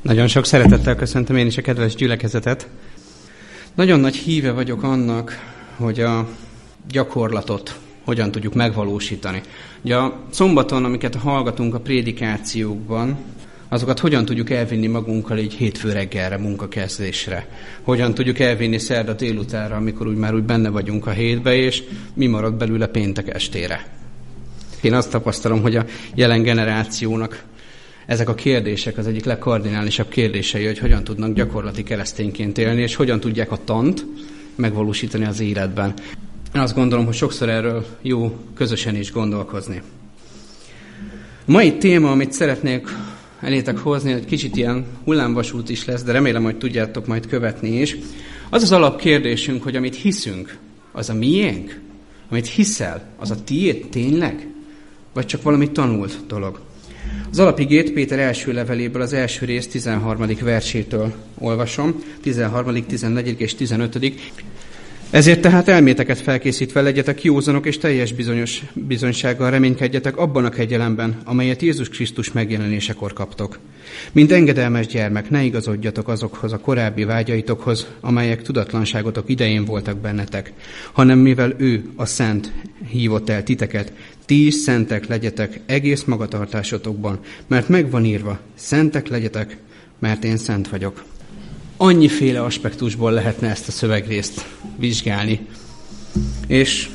Nagyon sok szeretettel köszöntöm én is a kedves gyülekezetet. Nagyon nagy híve vagyok annak, hogy a gyakorlatot hogyan tudjuk megvalósítani. Ugye a szombaton, amiket hallgatunk a prédikációkban, azokat hogyan tudjuk elvinni magunkkal így hétfő reggelre, munkakezdésre. Hogyan tudjuk elvinni szerda délutánra, amikor úgy benne vagyunk a hétbe, és mi marad belőle péntek estére. Én azt tapasztalom, hogy a jelen generációnak ezek a kérdések az egyik legkardinálisabb kérdései, hogy hogyan tudnak gyakorlati keresztényként élni, és hogyan tudják a tant megvalósítani az életben. Én azt gondolom, hogy sokszor erről jó közösen is gondolkozni. A mai téma, amit szeretnék elétek hozni, hogy kicsit ilyen hullámvasút is lesz, de remélem, hogy tudjátok majd követni is. Az az alapkérdésünk, hogy amit hiszünk, az a miénk? Amit hiszel, az a tiéd tényleg? Vagy csak valami tanult dolog? Az alapigét Péter első leveléből az első rész 13. versétől olvasom, 13., 14. és 15. Ezért tehát elméteket felkészítve legyetek józanok és teljes bizonysággal reménykedjetek abban a kegyelemben, amelyet Jézus Krisztus megjelenésekor kaptok. Mint engedelmes gyermek, ne igazodjatok azokhoz a korábbi vágyaitokhoz, amelyek tudatlanságotok idején voltak bennetek, hanem mivel ő, a Szent, hívott el titeket, ti is szentek legyetek egész magatartásotokban, mert megvan írva, szentek legyetek, mert én szent vagyok. Annyiféle aspektusból lehetne ezt a szövegrészt vizsgálni. És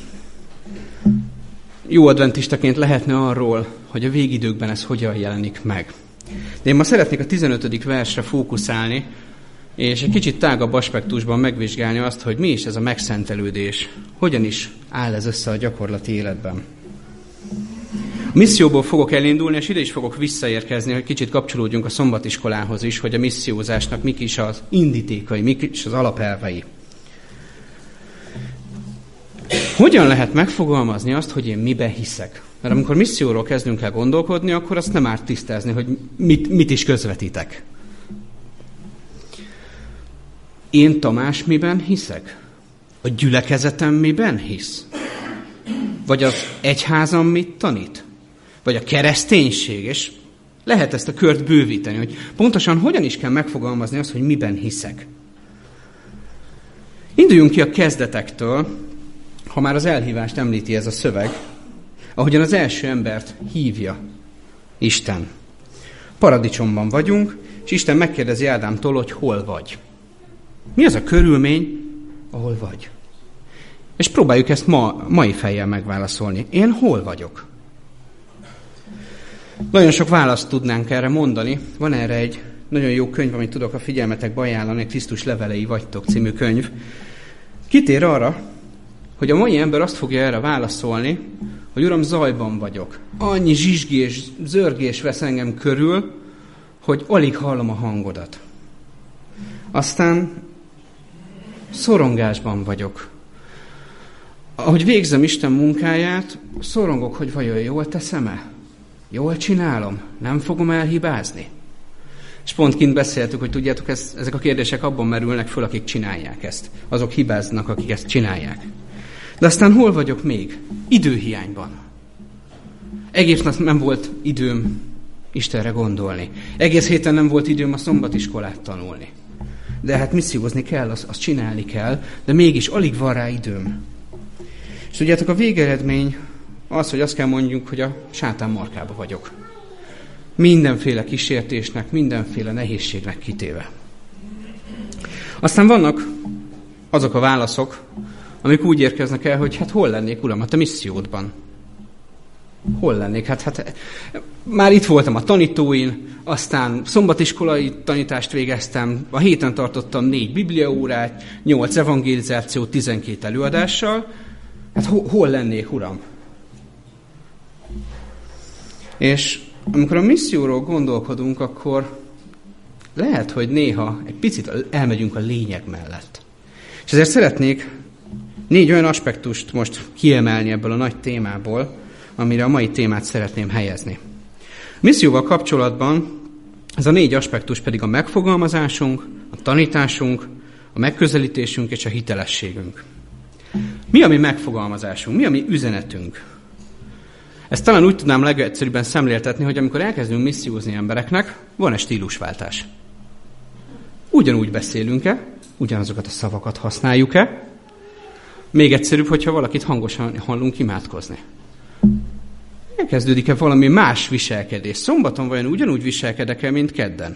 jó adventistaként lehetne arról, hogy a végidőkben ez hogyan jelenik meg. De én ma szeretnék a 15. versre fókuszálni, és egy kicsit tágabb aspektusban megvizsgálni azt, hogy mi is ez a megszentelődés, hogyan is áll ez össze a gyakorlati életben. A misszióból fogok elindulni, és ide is fogok visszaérkezni, hogy kicsit kapcsolódjunk a szombatiskolához is, hogy a missziózásnak mik is az indítékai, mik is az alapelvei. Hogyan lehet megfogalmazni azt, hogy én miben hiszek? Mert amikor misszióról kezdünk el gondolkodni, akkor azt nem árt tisztázni, hogy mit is közvetítek. Én, Tamás, miben hiszek? A gyülekezetem miben hisz? Vagy az egyházam mit tanít? Vagy a kereszténység? És lehet ezt a kört bővíteni, hogy pontosan hogyan is kell megfogalmazni azt, hogy miben hiszek. Induljunk ki a kezdetektől, ha már az elhívást említi ez a szöveg, ahogyan az első embert hívja Isten. Paradicsomban vagyunk, és Isten megkérdezi Ádámtól, hogy hol vagy. Mi az a körülmény, ahol vagy? És próbáljuk ezt mai fejjel megválaszolni. Én hol vagyok? Nagyon sok választ tudnánk erre mondani. Van erre egy nagyon jó könyv, amit tudok a figyelmetekbe ajánlani, Krisztus levelei vagytok című könyv. Kitér arra, hogy a mai ember azt fogja erre válaszolni, hogy Uram, zajban vagyok. Annyi zsizsgés, zörgés vesz engem körül, hogy alig hallom a hangodat. Aztán szorongásban vagyok. Ahogy végzem Isten munkáját, szorongok, hogy vajon jól teszem-e? Jól csinálom? Nem fogom elhibázni? És pont kint beszéltük, hogy tudjátok, ezek a kérdések abban merülnek föl, akik csinálják ezt. Azok hibáznak, akik ezt csinálják. De aztán hol vagyok még? Időhiányban. Egész nap nem volt időm Istenre gondolni. Egész héten nem volt időm a szombatiskolát tanulni. De hát missziózni kell, azt csinálni kell, de mégis alig van rá időm. És tudjátok, a végeredmény az, hogy azt kell mondjuk, hogy a sátán markába vagyok. Mindenféle kísértésnek, mindenféle nehézségnek kitéve. Aztán vannak azok a válaszok, amik úgy érkeznek el, hogy hát hol lennék, Uram, a te missziódban? Hol lennék? Hát már itt voltam a tanítóin, aztán szombatiskolai tanítást végeztem, a héten tartottam 4 bibliaórát, 8 evangelizációt, 12 előadással. Hát hol lennék, Uram? És amikor a misszióról gondolkodunk, akkor lehet, hogy néha egy picit elmegyünk a lényeg mellett. És ezért szeretnék 4 olyan aspektust most kiemelni ebből a nagy témából, amire a mai témát szeretném helyezni. A misszióval kapcsolatban ez a 4 aspektus pedig a megfogalmazásunk, a tanításunk, a megközelítésünk és a hitelességünk. Mi a mi megfogalmazásunk? Mi a mi üzenetünk? Ezt talán úgy tudnám legegyszerűbben szemléltetni, hogy amikor elkezdünk missziózni embereknek, van egy stílusváltás. Ugyanúgy beszélünk-e, ugyanazokat a szavakat használjuk-e. Még egyszerűbb, hogyha valakit hangosan hallunk imádkozni. Elkezdődik-e valami más viselkedés? Szombaton vajon ugyanúgy viselkedek-e, mint kedden?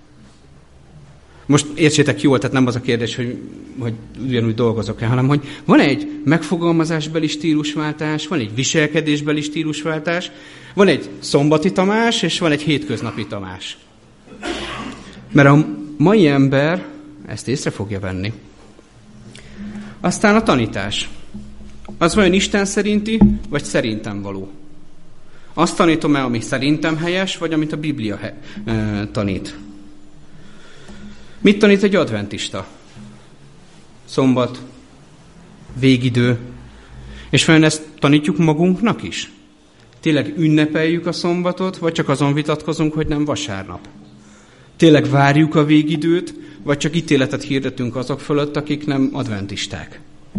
Most értsétek jól, tehát nem az a kérdés, hogy ugyanúgy dolgozok-e, hanem hogy van egy megfogalmazásbeli stílusváltás, van egy viselkedésbeli stílusváltás, van egy szombati Tamás, és van egy hétköznapi Tamás. Mert a mai ember ezt észre fogja venni. Aztán a tanítás. Az vajon Isten szerinti, vagy szerintem való? Azt tanítom el, ami szerintem helyes, vagy amit a Biblia tanít? Mit tanít egy adventista? Szombat, végidő. És vajon ezt tanítjuk magunknak is? Tényleg ünnepeljük a szombatot, vagy csak azon vitatkozunk, hogy nem vasárnap? Tényleg várjuk a végidőt, vagy csak ítéletet hirdetünk azok fölött, akik nem adventisták?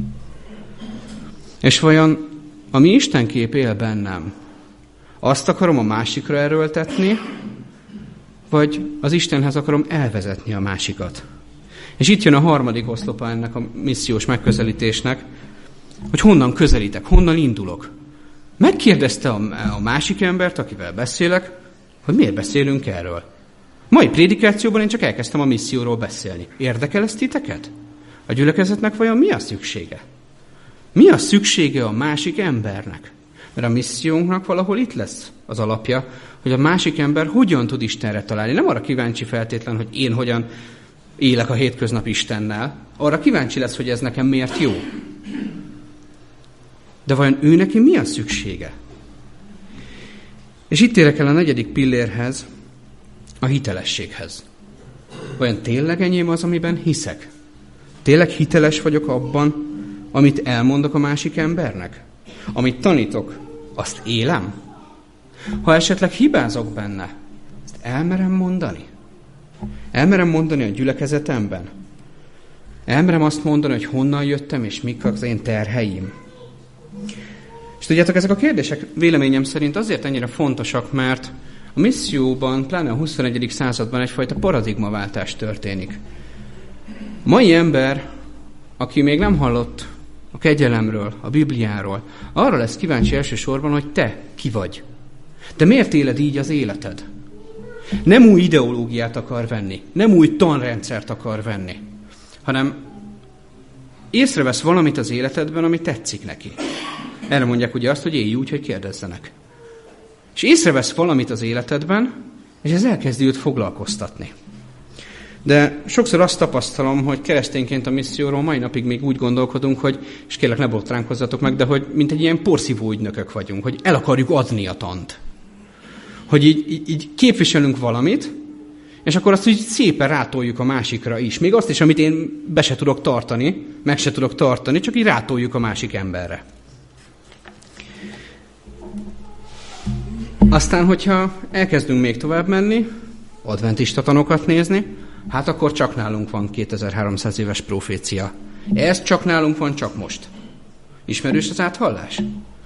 És vajon a mi Istenkép él bennem? Azt akarom a másikra erőltetni, vagy az Istenhez akarom elvezetni a másikat? És itt jön a harmadik oszlopa ennek a missziós megközelítésnek, hogy honnan közelítek, honnan indulok. Megkérdezte a másik embert, akivel beszélek, hogy miért beszélünk erről. Mai prédikációban én csak elkezdtem a misszióról beszélni. Érdekel ez titeket? A gyülekezetnek vajon mi a szüksége? Mi a szüksége a másik embernek? Mert a missziónknak valahol itt lesz az alapja, hogy a másik ember hogyan tud Istenre találni. Nem arra kíváncsi feltétlen, hogy én hogyan élek a hétköznap Istennel. Arra kíváncsi lesz, hogy ez nekem miért jó. De vajon ő neki mi a szüksége? És itt érek el a negyedik pillérhez, a hitelességhez. Vajon tényleg enyém az, amiben hiszek? Tényleg hiteles vagyok abban, amit elmondok a másik embernek? Amit tanítok, azt élem? Ha esetleg hibázok benne, ezt elmerem mondani? Elmerem mondani a gyülekezetemben? Elmerem azt mondani, hogy honnan jöttem, és mik az én terheim? És tudjátok, ezek a kérdések véleményem szerint azért ennyire fontosak, mert a misszióban, pláne a 21. században egyfajta paradigmaváltás történik. A mai ember, aki még nem hallott a kegyelemről, a Bibliáról, arra lesz kíváncsi elsősorban, hogy te ki vagy. De miért éled így az életed? Nem új ideológiát akar venni, nem új tanrendszert akar venni, hanem észrevesz valamit az életedben, ami tetszik neki. Erre mondják ugye azt, hogy élj úgy, hogy kérdezzenek. És észrevesz valamit az életedben, és ez elkezdi őt foglalkoztatni. De sokszor azt tapasztalom, hogy keresztényként a misszióról mai napig még úgy gondolkodunk, hogy, és kérlek ne botránkozzatok meg, de hogy mint egy ilyen porszívó ügynökök vagyunk, hogy el akarjuk adni a tant. Hogy így képviselünk valamit, és akkor azt úgy szépen rátoljuk a másikra is. Még azt is, amit én be se tudok tartani, meg se tudok tartani, csak így rátoljuk a másik emberre. Aztán, hogyha elkezdünk még tovább menni, adventista tanokat nézni, hát akkor csak nálunk van 2300 éves profécia. Ez csak nálunk van, csak most. Ismerős az áthallás?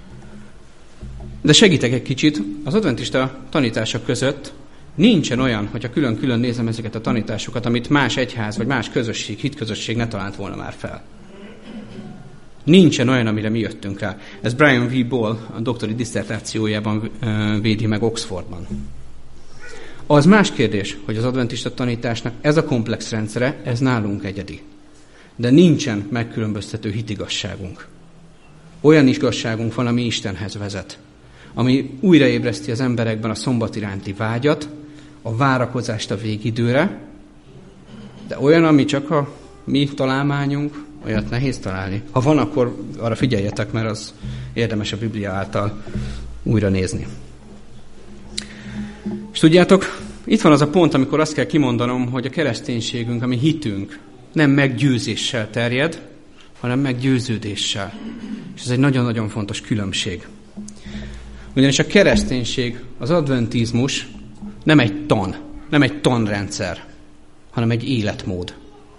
De segítek egy kicsit, az adventista tanítások között nincsen olyan, hogyha külön-külön nézem ezeket a tanításokat, amit más egyház vagy más közösség, hitközösség ne talált volna már fel. Nincsen olyan, amire mi jöttünk rá. Ez Brian V. Ball a doktori disszertációjában védi meg Oxfordban. Az más kérdés, hogy az adventista tanításnak ez a komplex rendszere, ez nálunk egyedi. De nincsen megkülönböztető hitigasságunk. Olyan igazságunk van, ami Istenhez vezet. Ami újraébreszti az emberekben a szombat iránti vágyat, a várakozást a végidőre, de olyan, ami csak a mi találmányunk, olyat nehéz találni. Ha van, akkor arra figyeljetek, mert az érdemes a Biblia által újra nézni. És tudjátok, itt van az a pont, amikor azt kell kimondanom, hogy a kereszténységünk, ami hitünk, nem meggyőzéssel terjed, hanem meggyőződéssel. És ez egy nagyon-nagyon fontos különbség. Ugyanis a kereszténység, az adventizmus nem egy tan, nem egy tanrendszer, hanem egy életmód.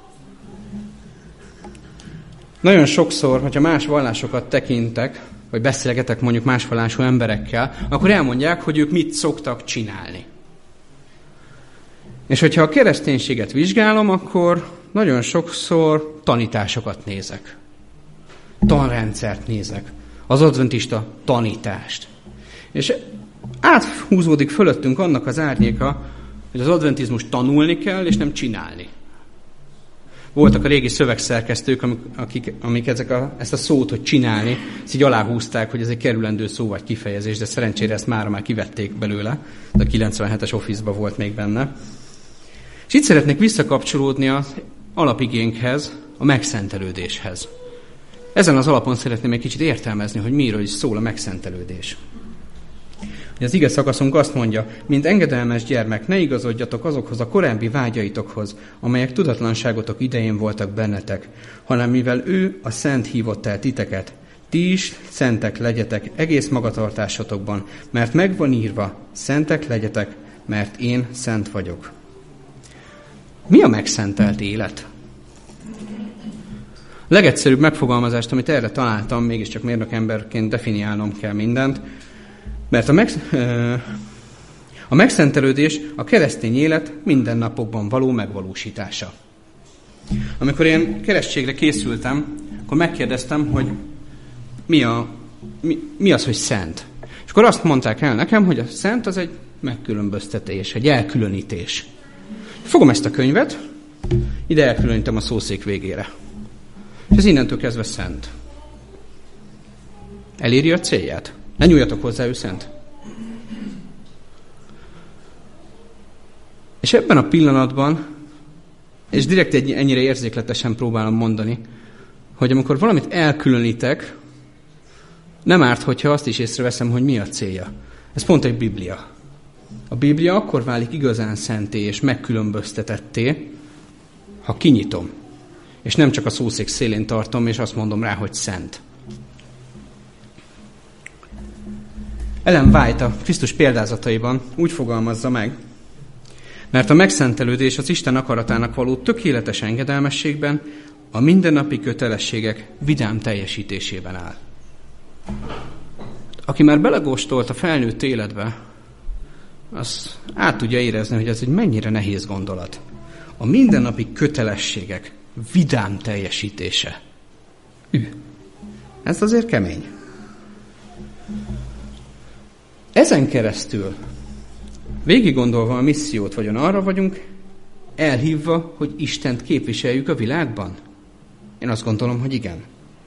Nagyon sokszor, hogyha más vallásokat tekintek, vagy beszélgetek mondjuk más vallású emberekkel, akkor elmondják, hogy ők mit szoktak csinálni. És hogyha a kereszténységet vizsgálom, akkor nagyon sokszor tanításokat nézek. Tanrendszert nézek. Az adventista tanítást. És áthúzódik fölöttünk annak az árnyéka, hogy az adventizmus tanulni kell, és nem csinálni. Voltak a régi szövegszerkesztők, amik ezt a szót, hogy csinálni, ezt így aláhúzták, hogy ez egy kerülendő szó vagy kifejezés, de szerencsére ezt már kivették belőle, de a 97-es Office-ban volt még benne. És itt szeretnék visszakapcsolódni az alapigénkhez, a megszentelődéshez. Ezen az alapon szeretném egy kicsit értelmezni, hogy miről is szól a megszentelődés. Az ige szakaszunk azt mondja, mint engedelmes gyermek, ne igazodjatok azokhoz a korábbi vágyaitokhoz, amelyek tudatlanságotok idején voltak bennetek, hanem mivel ő a Szent hívott el titeket, ti is szentek legyetek egész magatartásotokban, mert megvan írva, szentek legyetek, mert én szent vagyok. Mi a megszentelt élet? A legegyszerűbb megfogalmazást, amit erre találtam, mégiscsak mérnök emberként definiálnom kell mindent, mert a megszentelődés a keresztény élet mindennapokban való megvalósítása. Amikor én keresztségre készültem, akkor megkérdeztem, hogy mi az, hogy szent. És akkor azt mondták el nekem, hogy a szent az egy megkülönböztetés, egy elkülönítés. Fogom ezt a könyvet, ide elkülönítem a szószék végére. És ez innentől kezdve szent. Eléri a célját. Ne nyúljatok hozzá, ő szent. És ebben a pillanatban, és direkt ennyire érzékletesen próbálom mondani, hogy amikor valamit elkülönítek, nem árt, hogyha azt is észreveszem, hogy mi a célja. Ez pont egy Biblia. A Biblia akkor válik igazán szenté és megkülönböztetetté, ha kinyitom. És nem csak a szószék szélén tartom, és azt mondom rá, hogy szent. Ellen White a Krisztus példázataiban úgy fogalmazza meg, mert a megszentelődés az Isten akaratának való tökéletes engedelmességben, a mindennapi kötelességek vidám teljesítésében áll. Aki már belegóstolt a felnőtt életbe, az át tudja érezni, hogy ez egy mennyire nehéz gondolat. A mindennapi kötelességek vidám teljesítése. Ez azért kemény. Ezen keresztül, végig gondolva a missziót, vagyon arra vagyunk elhívva, hogy Istent képviseljük a világban? Én azt gondolom, hogy igen.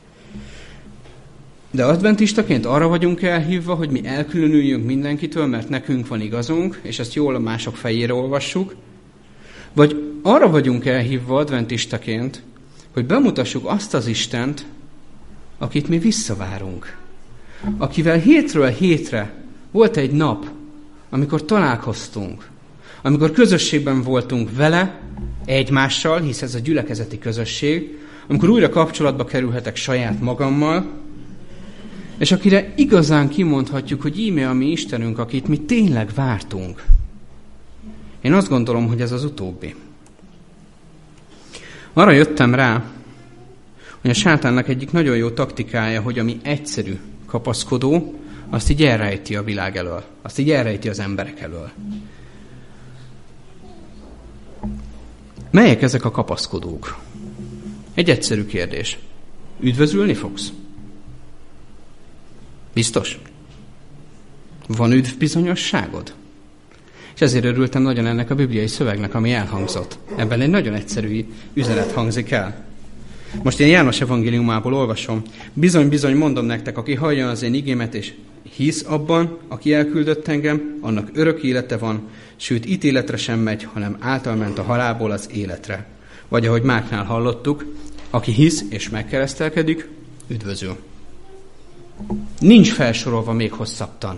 De adventistaként arra vagyunk elhívva, hogy mi elkülönüljünk mindenkitől, mert nekünk van igazunk, és ezt jól a mások fejére olvassuk, vagy arra vagyunk elhívva adventistaként, hogy bemutassuk azt az Istent, akit mi visszavárunk. Akivel hétről hétre volt egy nap, amikor találkoztunk, amikor közösségben voltunk vele, egymással, hisz ez a gyülekezeti közösség, amikor újra kapcsolatba kerülhetek saját magammal, és akire igazán kimondhatjuk, hogy íme a mi Istenünk, akit mi tényleg vártunk. Én azt gondolom, hogy ez az utóbbi. Arra jöttem rá, hogy a sátánnak egyik nagyon jó taktikája, hogy ami egyszerű kapaszkodó, azt így elrejti a világ elől. Azt így elrejti az emberek elől. Melyek ezek a kapaszkodók? Egy egyszerű kérdés. Üdvözülni fogsz? Biztos? Van üdvbizonyosságod? És ezért örültem nagyon ennek a bibliai szövegnek, ami elhangzott. Ebben egy nagyon egyszerű üzenet hangzik el. Most én János evangéliumából olvasom. Bizony, bizony mondom nektek, aki hallja az én igémet, és hisz abban, aki elküldött engem, annak örök élete van, sőt ítéletre sem megy, hanem által ment a halálból az életre. Vagy ahogy Márknál hallottuk, aki hisz és megkeresztelkedik, üdvözül. Nincs felsorolva még hosszabban.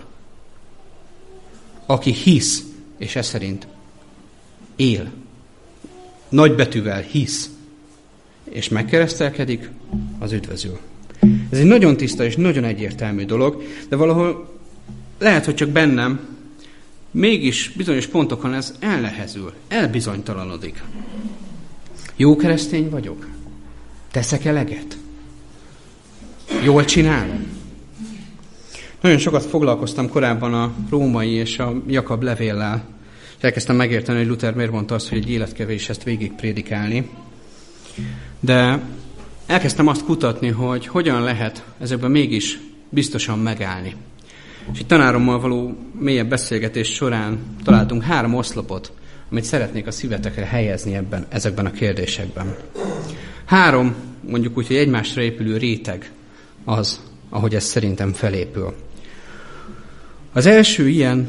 Aki hisz, és ez szerint él, nagybetűvel hisz, és megkeresztelkedik, az üdvözül. Ez egy nagyon tiszta és nagyon egyértelmű dolog, de valahol lehet, hogy csak bennem mégis bizonyos pontokon ez elnehezül, elbizonytalanodik. Jó keresztény vagyok? Teszek eleget? Jól csinálom? Nagyon sokat foglalkoztam korábban a római és a Jakab levéllel, És elkezdtem megérteni, hogy Luther miért mondta azt, hogy egy életkevés ezt végig prédikálni. De elkezdtem azt kutatni, hogy hogyan lehet ezekben mégis biztosan megállni. És egy tanárommal való mélyebb beszélgetés során találtunk 3 oszlopot, amit szeretnék a szívetekre helyezni ezekben a kérdésekben. 3, mondjuk úgy, hogy egymásra épülő réteg az, ahogy ez szerintem felépül. Az első ilyen,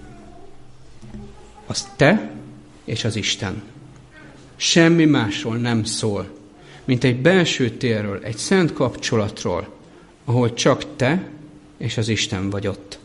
az te és az Isten. Semmi másról nem szól, mint egy belső térről, egy szent kapcsolatról, ahol csak te és az Isten vagy ott.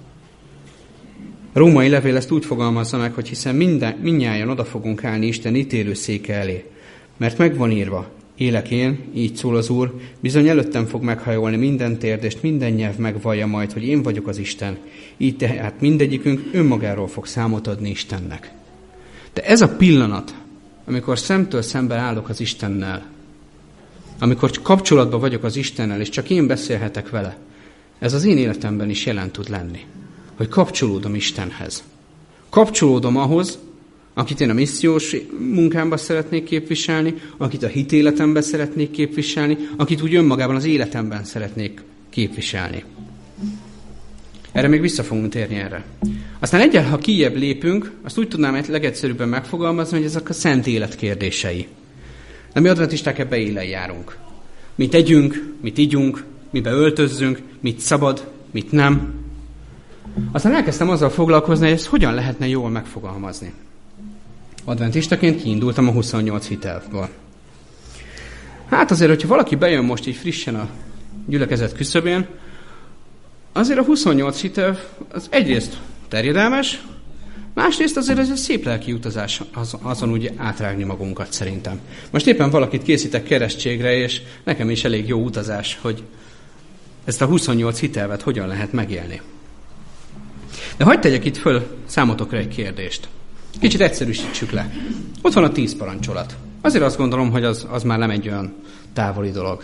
A római levél ezt úgy fogalmazza meg, hogy hiszen mindnyájan oda fogunk állni Isten ítélőszéke elé, mert megvan írva, élek én, így szól az Úr, bizony előttem fog meghajolni minden térd, és minden nyelv megvallja majd, hogy én vagyok az Isten. Így tehát mindegyikünk önmagáról fog számot adni Istennek. De ez a pillanat, amikor szemtől szemben állok az Istennel, amikor kapcsolatban vagyok az Istennel, és csak én beszélhetek vele, ez az én életemben is jelen tud lenni, hogy kapcsolódom Istenhez. Kapcsolódom ahhoz, akit én a missziós munkámban szeretnék képviselni, akit a hitéletemben szeretnék képviselni, akit úgy önmagában az életemben szeretnék képviselni. Erre még vissza fogunk térni erre. Aztán egyel, ha kijebb lépünk, azt úgy tudnám legegyszerűbben megfogalmazni, hogy ezek a szent élet kérdései. De mi adventisták ebbe élen járunk. Mit tegyünk, mit igyunk, mibe öltözzünk, mit szabad, mit nem. Aztán elkezdtem azzal foglalkozni, hogy ezt hogyan lehetne jól megfogalmazni. Adventistaként kiindultam a 28 hitelből. Hát azért, hogyha valaki bejön most így frissen a gyülekezet küszöbén, azért a 28 hitel az egyrészt terjedelmes, másrészt azért ez egy szép lelki utazás azon úgy átrágni magunkat szerintem. Most éppen valakit készítek keresztségre, és nekem is elég jó utazás, hogy ezt a 28 hitelvet hogyan lehet megélni. De hagyd tegyek itt föl számotokra egy kérdést. Kicsit egyszerűsítsük le. Ott van a 10 parancsolat. Azért azt gondolom, hogy az már nem egy olyan távoli dolog.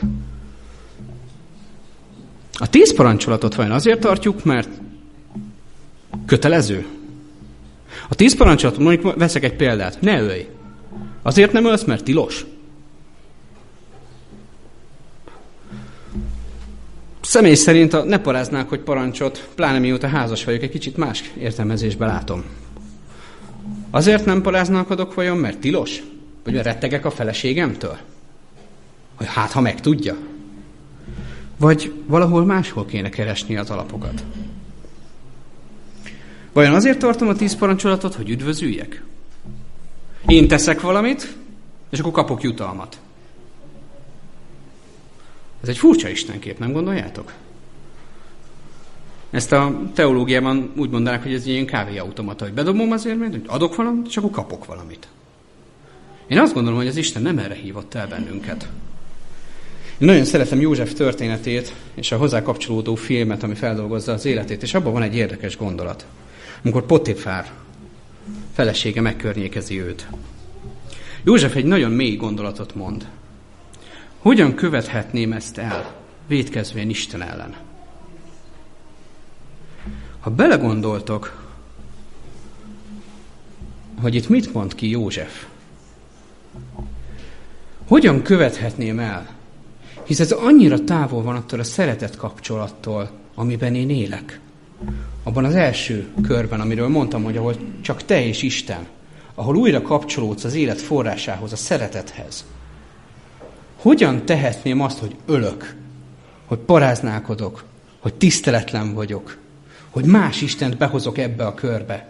A 10 parancsolatot vajon azért tartjuk, mert kötelező? A 10 parancsolatot, mondjuk veszek egy példát, ne ölj. Azért nem ölsz, mert tilos? Személy szerint ne paráznák, hogy parancsot, pláne mióta házas vagyok, egy kicsit más értelmezésbe látom. Azért nem paráználkodok vajon, mert tilos? Vagy mert rettegek a feleségemtől? Hogy hát, ha megtudja? Vagy valahol máshol kéne keresni az alapokat? Vajon azért tartom a 10 parancsolatot, hogy üdvözüljek? Én teszek valamit, és akkor kapok jutalmat. Ez egy furcsa istenkép, nem gondoljátok? Ezt a teológiában úgy mondanák, hogy ez egy ilyen kávéautomata, hogy bedobom azért, mert hogy adok valamit, és akkor kapok valamit. Én azt gondolom, hogy az Isten nem erre hívott el bennünket. Én nagyon szeretem József történetét, és a hozzá kapcsolódó filmet, ami feldolgozza az életét, és abban van egy érdekes gondolat. Amikor Potifár felesége megkörnyékezi őt. József egy nagyon mély gondolatot mond. Hogyan követhetném ezt el, vétkezvén Isten ellen? Ha belegondoltok, hogy itt mit mond ki József? Hogyan követhetném el? Hisz ez annyira távol van attól a szeretet kapcsolattól, amiben én élek. Abban az első körben, amiről mondtam, hogy ahol csak te és Isten, ahol újra kapcsolódsz az élet forrásához, a szeretethez. Hogyan tehetném azt, hogy ölök, hogy paráználkodok, hogy tiszteletlen vagyok, hogy más Istent behozok ebbe a körbe?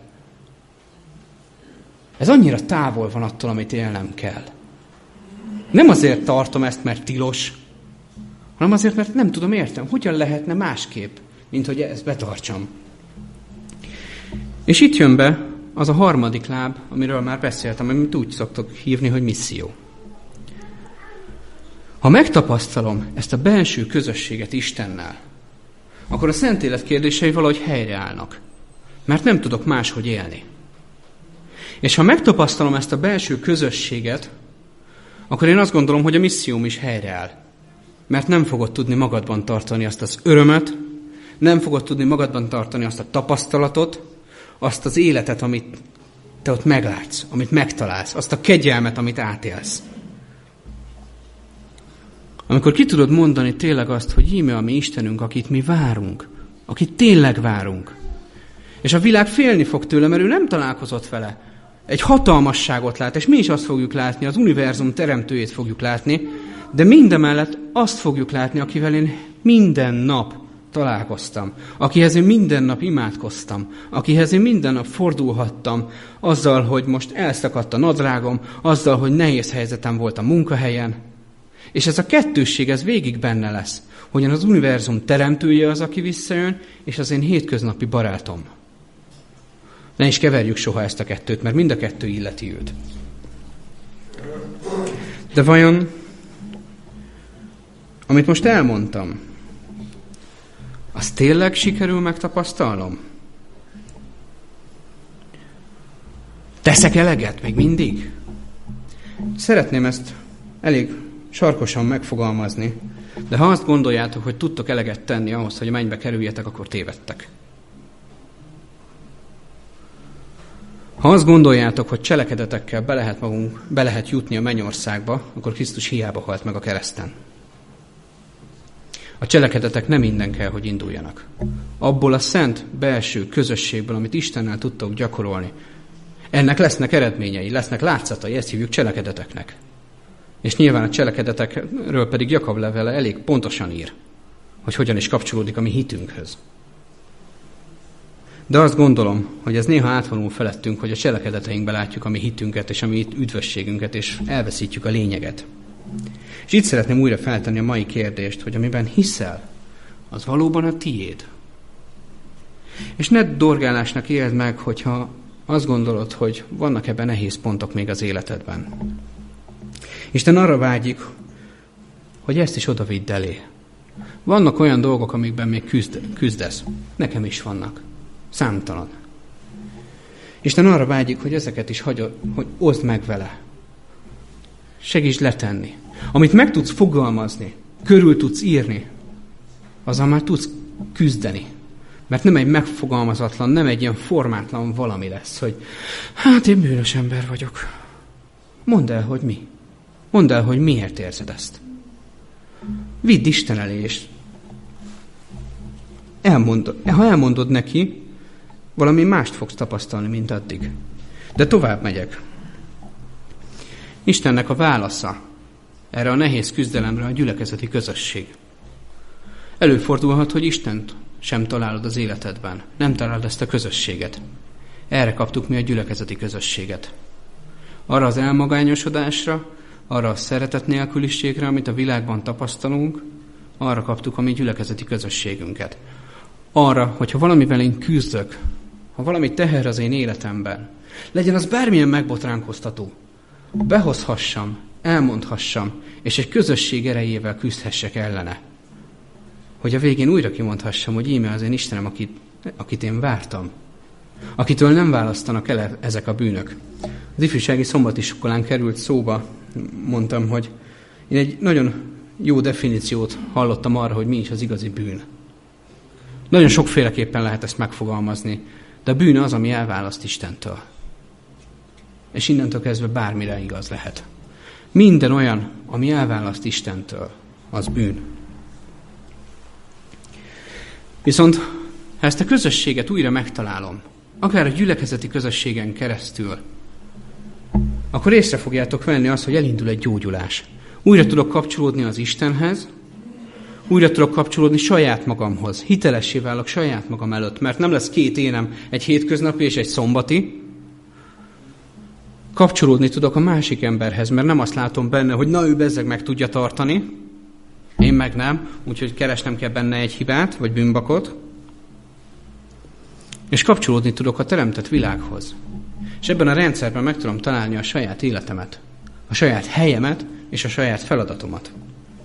Ez annyira távol van attól, amit élnem kell. Nem azért tartom ezt, mert tilos, hanem azért, mert nem tudom értem, hogyan lehetne másképp, mint hogy ezt betartsam. És itt jön be az a harmadik láb, amiről már beszéltem, amit úgy szoktok hívni, hogy misszió. Ha megtapasztalom ezt a belső közösséget Istennel, akkor a szent élet kérdései valahogy helyreállnak, mert nem tudok máshogy élni. És ha megtapasztalom ezt a belső közösséget, akkor én azt gondolom, hogy a misszióm is helyreáll. Mert nem fogod tudni magadban tartani azt az örömet, nem fogod tudni magadban tartani azt a tapasztalatot, azt az életet, amit te ott meglátsz, amit megtalálsz, azt a kegyelmet, amit átélsz. Amikor ki tudod mondani tényleg azt, hogy íme a mi Istenünk, akit mi várunk, akit tényleg várunk. És a világ félni fog tőle, mert ő nem találkozott vele. Egy hatalmasságot lát, és mi is azt fogjuk látni, az univerzum teremtőjét fogjuk látni, de mindemellett azt fogjuk látni, akivel én minden nap találkoztam, akihez én minden nap imádkoztam, akihez én minden nap fordulhattam, azzal, hogy most elszakadt a nadrágom, azzal, hogy nehéz helyzetem volt a munkahelyen. És ez a kettősség, ez végig benne lesz, hogyan az univerzum teremtője az, aki visszajön, és az én hétköznapi barátom. Ne is keverjük soha ezt a kettőt, mert mind a kettő illeti őt. De vajon, amit most elmondtam, azt tényleg sikerül megtapasztalnom? Teszek eleget még mindig? Szeretném ezt elég sarkosan megfogalmazni, de ha azt gondoljátok, hogy tudtok eleget tenni ahhoz, hogy a mennybe kerüljetek, akkor tévedtek. Ha azt gondoljátok, hogy cselekedetekkel be lehet jutni a mennyországba, akkor Krisztus hiába halt meg a kereszten. A cselekedetek nem innen kell, hogy induljanak. Abból a szent belső közösségből, amit Istennel tudtok gyakorolni. Ennek lesznek eredményei, lesznek látszatai, ezt hívjuk cselekedeteknek. És nyilván a cselekedetekről pedig Jakab levele elég pontosan ír, hogy hogyan is kapcsolódik a mi hitünkhöz. De azt gondolom, hogy ez néha átvonul felettünk, hogy a cselekedeteinkbe látjuk a mi hitünket és a mi üdvösségünket, és elveszítjük a lényeget. És itt szeretném újra feltenni a mai kérdést, hogy amiben hiszel, az valóban a tiéd. És ne dorgálásnak éld meg, hogyha azt gondolod, hogy vannak ebben nehéz pontok még az életedben. Isten arra vágyik, hogy ezt is oda vidd elé. Vannak olyan dolgok, amikben még küzdesz. Nekem is vannak. Számtalan. Isten arra vágyik, hogy ezeket is hogy oszd meg vele. Segíts letenni. Amit meg tudsz fogalmazni, körül tudsz írni, azzal már tudsz küzdeni. Mert nem egy megfogalmazatlan, nem egy ilyen formátlan valami lesz, hogy hát én bűnös ember vagyok. Mondd el, hogy mi. Mondd el, hogy miért érzed ezt. Vidd Isten elé, és ha elmondod neki, valami mást fogsz tapasztalni, mint addig. De tovább megyek. Istennek a válasza erre a nehéz küzdelemre a gyülekezeti közösség. Előfordulhat, hogy Istent sem találod az életedben. Nem találod ezt a közösséget. Erre kaptuk mi a gyülekezeti közösséget. Arra az elmagányosodásra, arra a szeretet nélküliségre, amit a világban tapasztalunk, arra kaptuk a mi gyülekezeti közösségünket. Arra, hogyha valamivel én küzdök, ha valami teher az én életemben, legyen az bármilyen megbotránkoztató, behozhassam, elmondhassam, és egy közösség erejével küzdhessek ellene. Hogy a végén újra kimondhassam, hogy íme az én Istenem, akit én vártam. Akitől nem választanak el ezek a bűnök. Az ifjúsági szombatiskolán került szóba, mondtam, hogy én egy nagyon jó definíciót hallottam arra, hogy mi is az igazi bűn. Nagyon sokféleképpen lehet ezt megfogalmazni, de a bűn az, ami elválaszt Istentől. És innentől kezdve bármire igaz lehet. Minden olyan, ami elválaszt Istentől, az bűn. Viszont ha ezt a közösséget újra megtalálom, akár a gyülekezeti közösségen keresztül, akkor észre fogjátok venni azt, hogy elindul egy gyógyulás. Újra tudok kapcsolódni az Istenhez, újra tudok kapcsolódni saját magamhoz. Hitelessé válok saját magam előtt, mert nem lesz két énem, egy hétköznapi és egy szombati. Kapcsolódni tudok a másik emberhez, mert nem azt látom benne, hogy na ő bezzeg meg tudja tartani, én meg nem, úgyhogy keresnem kell benne egy hibát, vagy bűnbakot. És kapcsolódni tudok a teremtett világhoz. És ebben a rendszerben meg tudom találni a saját életemet, a saját helyemet és a saját feladatomat.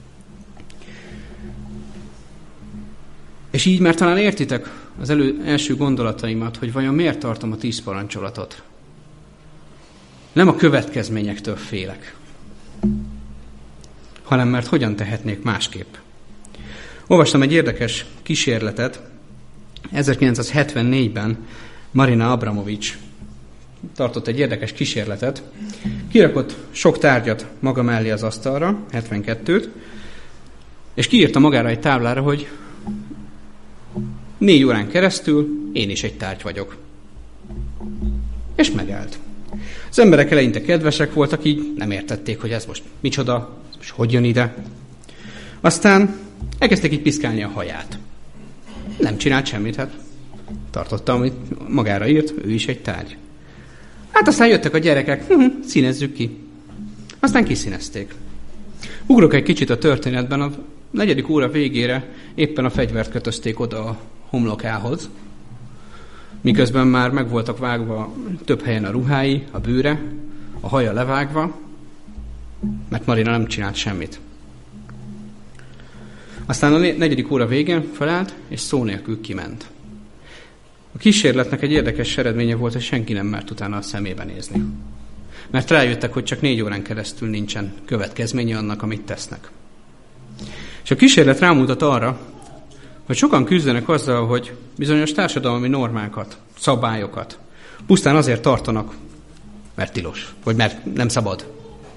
És így már talán értitek az első gondolataimat, hogy vajon miért tartom a 10 parancsolatot. Nem a következményektől félek, hanem mert hogyan tehetnék másképp. Olvastam egy érdekes kísérletet. 1974-ben Marina Abramovics tartott egy érdekes kísérletet. Kirakott sok tárgyat maga mellé az asztalra, 72-t, és kiírta magára egy táblára, hogy 4 órán keresztül én is egy tárgy vagyok. És megállt. Az emberek eleinte kedvesek voltak, így nem értették, hogy ez most micsoda, és hogy jön ide. Aztán elkezdték így piszkálni a haját. Nem csinált semmit, hát tartotta, amit magára írt, ő is egy tárgy. Hát aztán jöttek a gyerekek, színezzük ki. Aztán kiszínezték. Ugrok egy kicsit a történetben, a 4. óra végére éppen a fegyvert kötözték oda a homlokához, miközben már meg voltak vágva több helyen a ruhái, a bőre, a haja levágva, mert Marina nem csinált semmit. Aztán a 4. óra végén felállt, és szó nélkül kiment. A kísérletnek egy érdekes eredménye volt, hogy senki nem mert utána a szemébe nézni. Mert rájöttek, hogy csak 4 órán keresztül nincsen következménye annak, amit tesznek. És a kísérlet rámutat arra, hogy sokan küzdenek azzal, hogy bizonyos társadalmi normákat, szabályokat pusztán azért tartanak, mert tilos, vagy mert nem szabad.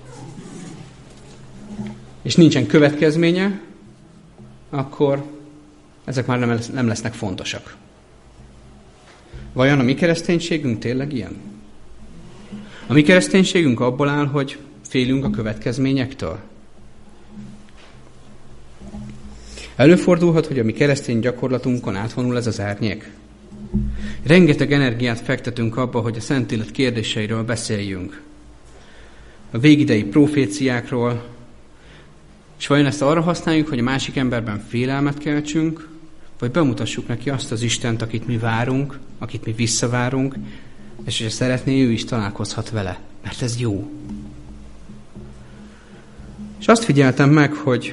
És nincsen következménye, akkor ezek már nem lesznek fontosak. Vajon a mi kereszténységünk tényleg ilyen? A mi kereszténységünk abból áll, hogy félünk a következményektől? Előfordulhat, hogy a mi keresztény gyakorlatunkon átvonul ez az árnyék. Rengeteg energiát fektetünk abba, hogy a Szentélet kérdéseiről beszéljünk. A végidei proféciákról, és vajon ezt arra használjuk, hogy a másik emberben félelmet keltsünk, vagy bemutassuk neki azt az Istent, akit mi várunk, akit mi visszavárunk, és hogyha szeretné, ő is találkozhat vele, mert ez jó. És azt figyeltem meg, hogy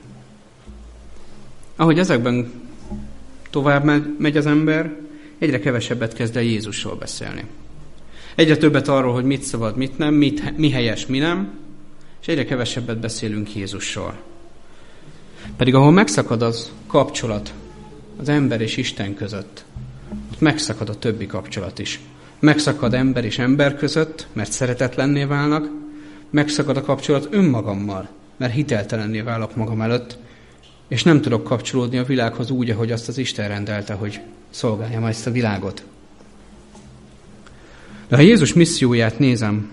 ahogy ezekben tovább megy az ember, egyre kevesebbet kezd el Jézusról beszélni. Egyre többet arról, hogy mit szabad, mit nem, mi helyes, mi nem, és egyre kevesebbet beszélünk Jézusról. Pedig ahol megszakad az kapcsolat az ember és Isten között, ott megszakad a többi kapcsolat is. Megszakad ember és ember között, mert szeretetlenné válnak, megszakad a kapcsolat önmagammal, mert hiteltelenné válok magam előtt, és nem tudok kapcsolódni a világhoz úgy, ahogy azt az Isten rendelte, hogy szolgáljam ezt a világot. De ha Jézus misszióját nézem,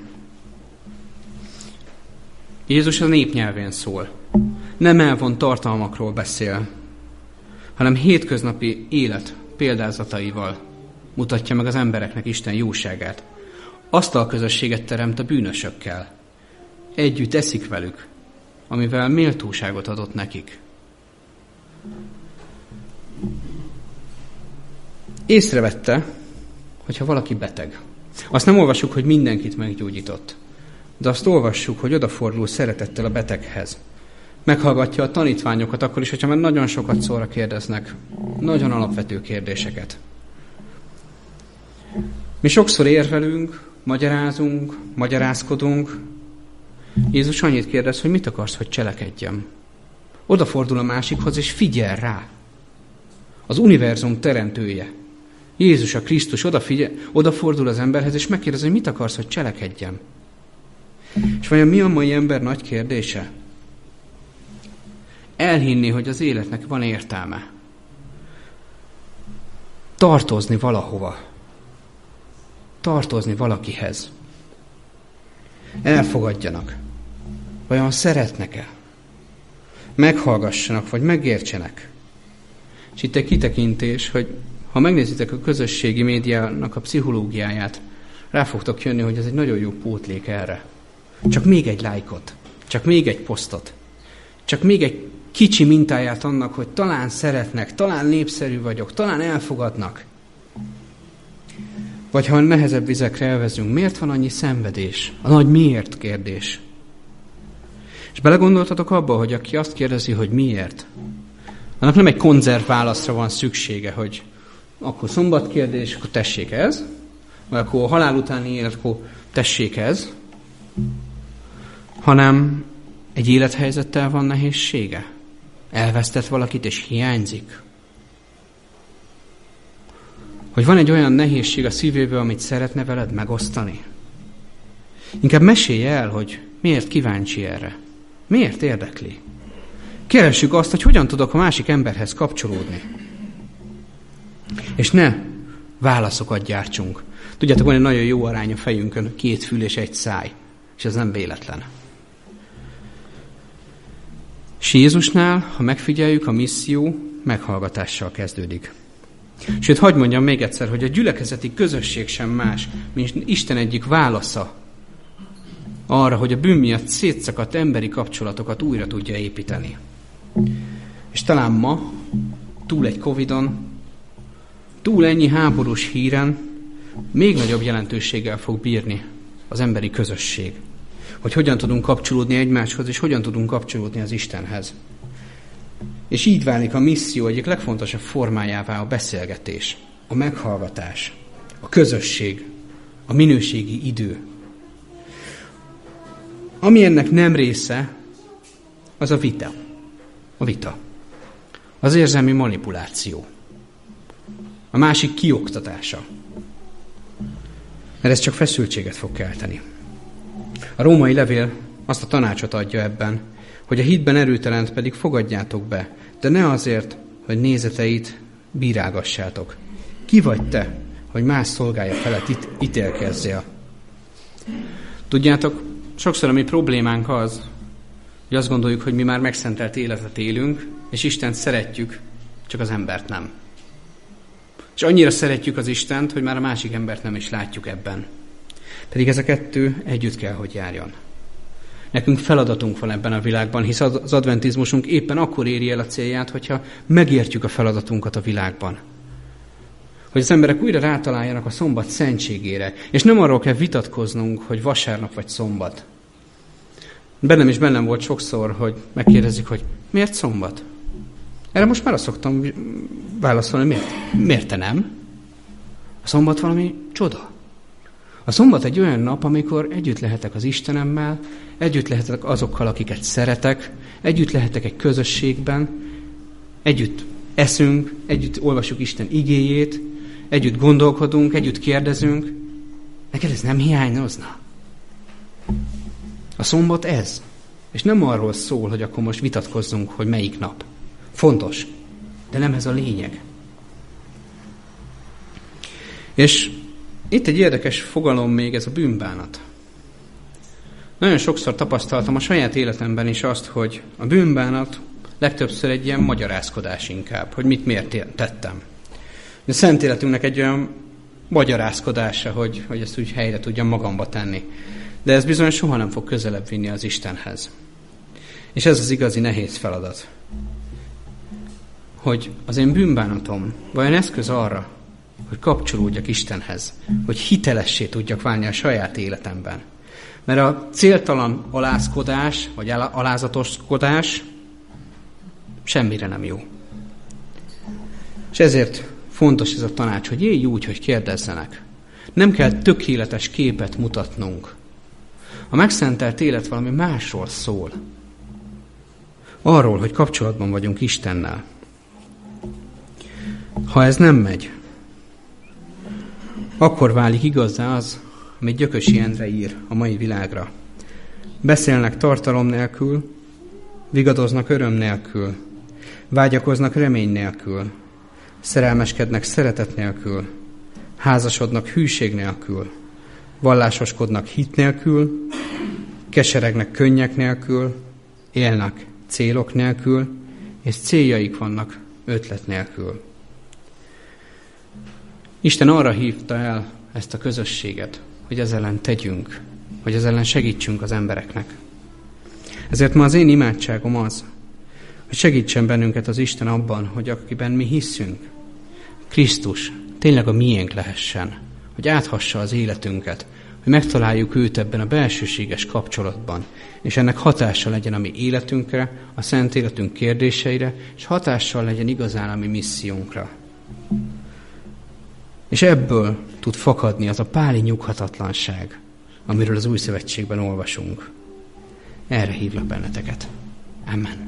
Jézus a népnyelvén szól. Nem elvont tartalmakról beszél, hanem hétköznapi élet példázataival mutatja meg az embereknek Isten jóságát. Asztalközösséget teremt a bűnösökkel. Együtt eszik velük, amivel méltóságot adott nekik. Észrevette, hogyha valaki beteg. Azt nem olvassuk, hogy mindenkit meggyógyított, de azt olvassuk, hogy odafordul szeretettel a beteghez. Meghallgatja a tanítványokat akkor is, hogyha már nagyon sokat szóra kérdeznek, nagyon alapvető kérdéseket. Mi sokszor érvelünk, magyarázunk, magyarázkodunk. Jézus annyit kérdez, hogy mit akarsz, hogy cselekedjem. Odafordul a másikhoz, és figyel rá. Az univerzum teremtője, Jézus a Krisztus odafordul az emberhez, és megkérdezi, hogy mit akarsz, hogy cselekedjem. És vajon mi a mai ember nagy kérdése? Elhinni, hogy az életnek van értelme. Tartozni valahova. Tartozni valakihez. Elfogadjanak. Vajon szeretnek-e? Meghallgassanak, vagy megértsenek. És itt egy kitekintés, hogy ha megnézitek a közösségi médiának a pszichológiáját, rá fogtok jönni, hogy ez egy nagyon jó pótlék erre. Csak még egy lájkot, csak még egy posztot, csak még egy kicsi mintáját annak, hogy talán szeretnek, talán népszerű vagyok, talán elfogadnak. Vagy ha nehezebb vizekre elvezünk, miért van annyi szenvedés? A nagy miért kérdés. És belegondoltatok abba, hogy aki azt kérdezi, hogy miért, annak nem egy konzerv válaszra van szüksége, hogy akkor szombat kérdés, akkor tessék ez, vagy akkor halál utáni élet, akkor tessék ez, hanem egy élethelyzettel van nehézsége. Elvesztett valakit, és hiányzik. Hogy van egy olyan nehézség a szívéből, amit szeretne veled megosztani? Inkább mesélj el, hogy miért kíváncsi erre. Miért érdekli? Keressük azt, hogy hogyan tudok a másik emberhez kapcsolódni. És ne válaszokat gyártsunk. Tudjátok, van egy nagyon jó arány a fejünkön, 2 fül és 1 száj. És ez nem véletlen. És Jézusnál, ha megfigyeljük, a misszió meghallgatással kezdődik. Sőt, hadd mondjam még egyszer, hogy a gyülekezeti közösség sem más, mint Isten egyik válasza arra, hogy a bűn miatt szétszakadt emberi kapcsolatokat újra tudja építeni. És talán ma, túl egy Covidon, túl ennyi háborús híren, még nagyobb jelentőséggel fog bírni az emberi közösség. Hogy hogyan tudunk kapcsolódni egymáshoz, és hogyan tudunk kapcsolódni az Istenhez. És így válik a misszió egyik legfontosabb formájává a beszélgetés, a meghallgatás, a közösség, a minőségi idő. Ami ennek nem része, az a vita. A vita. Az érzelmi manipuláció. A másik kioktatása. Mert ez csak feszültséget fog kelteni. A római levél azt a tanácsot adja ebben, hogy a hitben erőtelent pedig fogadjátok be, de ne azért, hogy nézeteit bírálgassátok. Ki vagy te, hogy más szolgálja felett ítélkezzél? Tudjátok, sokszor a mi problémánk az, hogy azt gondoljuk, hogy mi már megszentelt életet élünk, és Istent szeretjük, csak az embert nem. És annyira szeretjük az Istent, hogy már a másik embert nem is látjuk ebben. Pedig ez a kettő együtt kell, hogy járjon. Nekünk feladatunk van ebben a világban, hisz az adventizmusunk éppen akkor éri el a célját, hogyha megértjük a feladatunkat a világban. Hogy az emberek újra rátaláljanak a szombat szentségére, és nem arról kell vitatkoznunk, hogy vasárnap vagy szombat. Bennem volt sokszor, hogy megkérdezik, hogy miért szombat? Erre most már azt szoktam válaszolni, miért te nem? A szombat valami csoda. A szombat egy olyan nap, amikor együtt lehetek az Istenemmel, együtt lehetek azokkal, akiket szeretek, együtt lehetek egy közösségben, együtt eszünk, együtt olvasjuk Isten igéjét, együtt gondolkodunk, együtt kérdezünk. Neked ez nem hiányozna? A szombat ez. És nem arról szól, hogy akkor most vitatkozzunk, hogy melyik nap. Fontos, de nem ez a lényeg. És itt egy érdekes fogalom még, ez a bűnbánat. Nagyon sokszor tapasztaltam a saját életemben is azt, hogy a bűnbánat legtöbbször egy ilyen magyarázkodás inkább, hogy miért tettem. A szent életünknek egy olyan magyarázkodása, hogy ezt úgy helyre tudjam magamba tenni. De ez bizony soha nem fog közelebb vinni az Istenhez. És ez az igazi nehéz feladat. Hogy az én bűnbánatom vajon eszköz arra, hogy kapcsolódjak Istenhez, hogy hitelessé tudjak válni a saját életemben. Mert a céltalan alázkodás, vagy alázatoskodás semmire nem jó. És ezért fontos ez a tanács, hogy élj úgy, hogy kérdezzenek. Nem kell tökéletes képet mutatnunk. A megszentelt élet valami másról szól. Arról, hogy kapcsolatban vagyunk Istennel. Ha ez nem megy, akkor válik igazá az, amit Gyökösi Endre ír a mai világra. Beszélnek tartalom nélkül, vigadoznak öröm nélkül, vágyakoznak remény nélkül, szerelmeskednek szeretet nélkül, házasodnak hűség nélkül, vallásoskodnak hit nélkül, keseregnek könnyek nélkül, élnek célok nélkül, és céljaik vannak ötlet nélkül. Isten arra hívta el ezt a közösséget, hogy ezzel ellen tegyünk, hogy ezzel ellen segítsünk az embereknek. Ezért ma az én imádságom az, hogy segítsen bennünket az Isten abban, hogy akiben mi hiszünk, Krisztus tényleg a miénk lehessen, hogy áthassa az életünket, hogy megtaláljuk őt ebben a belsőséges kapcsolatban, és ennek hatással legyen a mi életünkre, a szent életünk kérdéseire, és hatással legyen igazán a mi missziónkra. És ebből tud fakadni az a páli nyughatatlanság, amiről az Új Szövetségben olvasunk. Erre hívlak benneteket. Amen.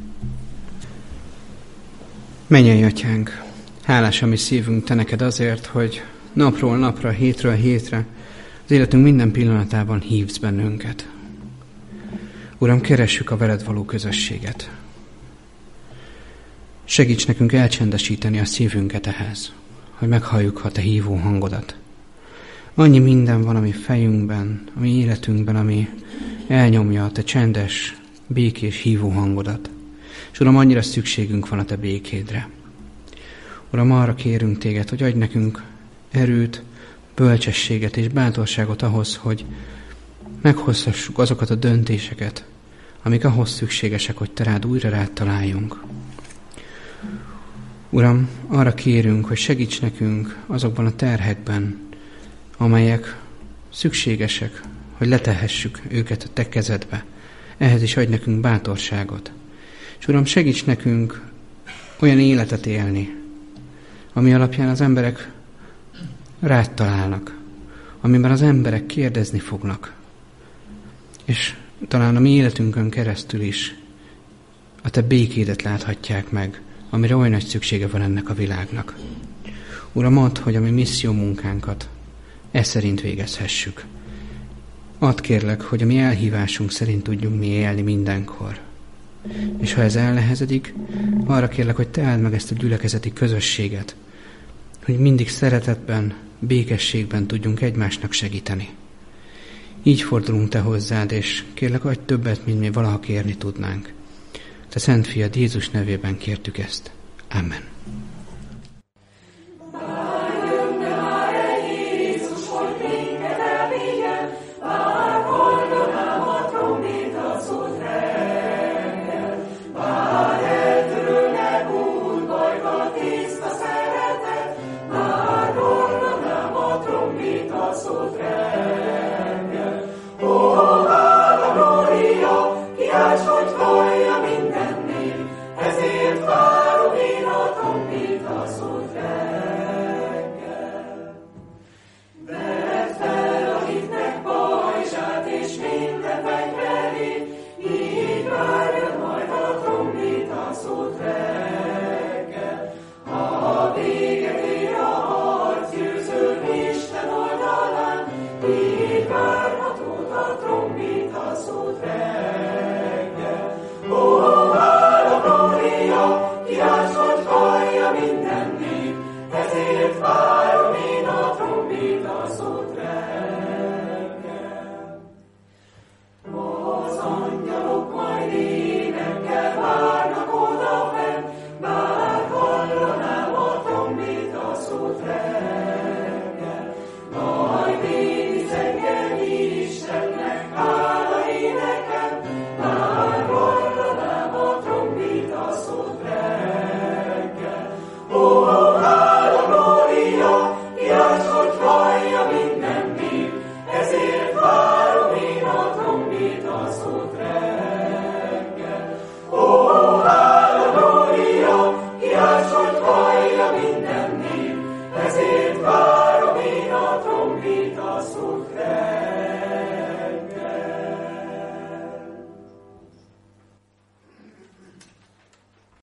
Mennyei Atyánk, hálás a mi szívünk Te neked azért, hogy napról napra, hétről hétre, az életünk minden pillanatában hívsz bennünket. Uram, keressük a veled való közösséget. Segíts nekünk elcsendesíteni a szívünket ehhez, hogy meghalljuk a te hívó hangodat. Annyi minden van, ami fejünkben, ami életünkben, ami elnyomja a te csendes, békés hívó hangodat. És Uram, annyira szükségünk van a te békédre. Uram, arra kérünk téged, hogy adj nekünk erőt, bölcsességet és bátorságot ahhoz, hogy meghozhassuk azokat a döntéseket, amik ahhoz szükségesek, hogy te rád találjunk. Uram, arra kérünk, hogy segíts nekünk azokban a terhekben, amelyek szükségesek, hogy letehessük őket a te kezedbe. Ehhez is adj nekünk bátorságot. És Uram, segíts nekünk olyan életet élni, ami alapján az emberek rád találnak, amiben az emberek kérdezni fognak, és talán a mi életünkön keresztül is a te békédet láthatják meg, amire olyan nagy szüksége van ennek a világnak. Uram, add, hogy a mi misszió munkánkat szerint végezhessük. Add, kérlek, hogy a mi elhívásunk szerint tudjunk mi élni mindenkor. És ha ez elnehezedik, arra kérlek, hogy te áld meg ezt a gyülekezeti közösséget, hogy mindig szeretetben, békességben tudjunk egymásnak segíteni. Így fordulunk te hozzád, és kérlek, adj többet, mint mi valaha kérni tudnánk. Te Szent Fiad Jézus nevében kértük ezt. Amen. Ezért várom én a trombita szót.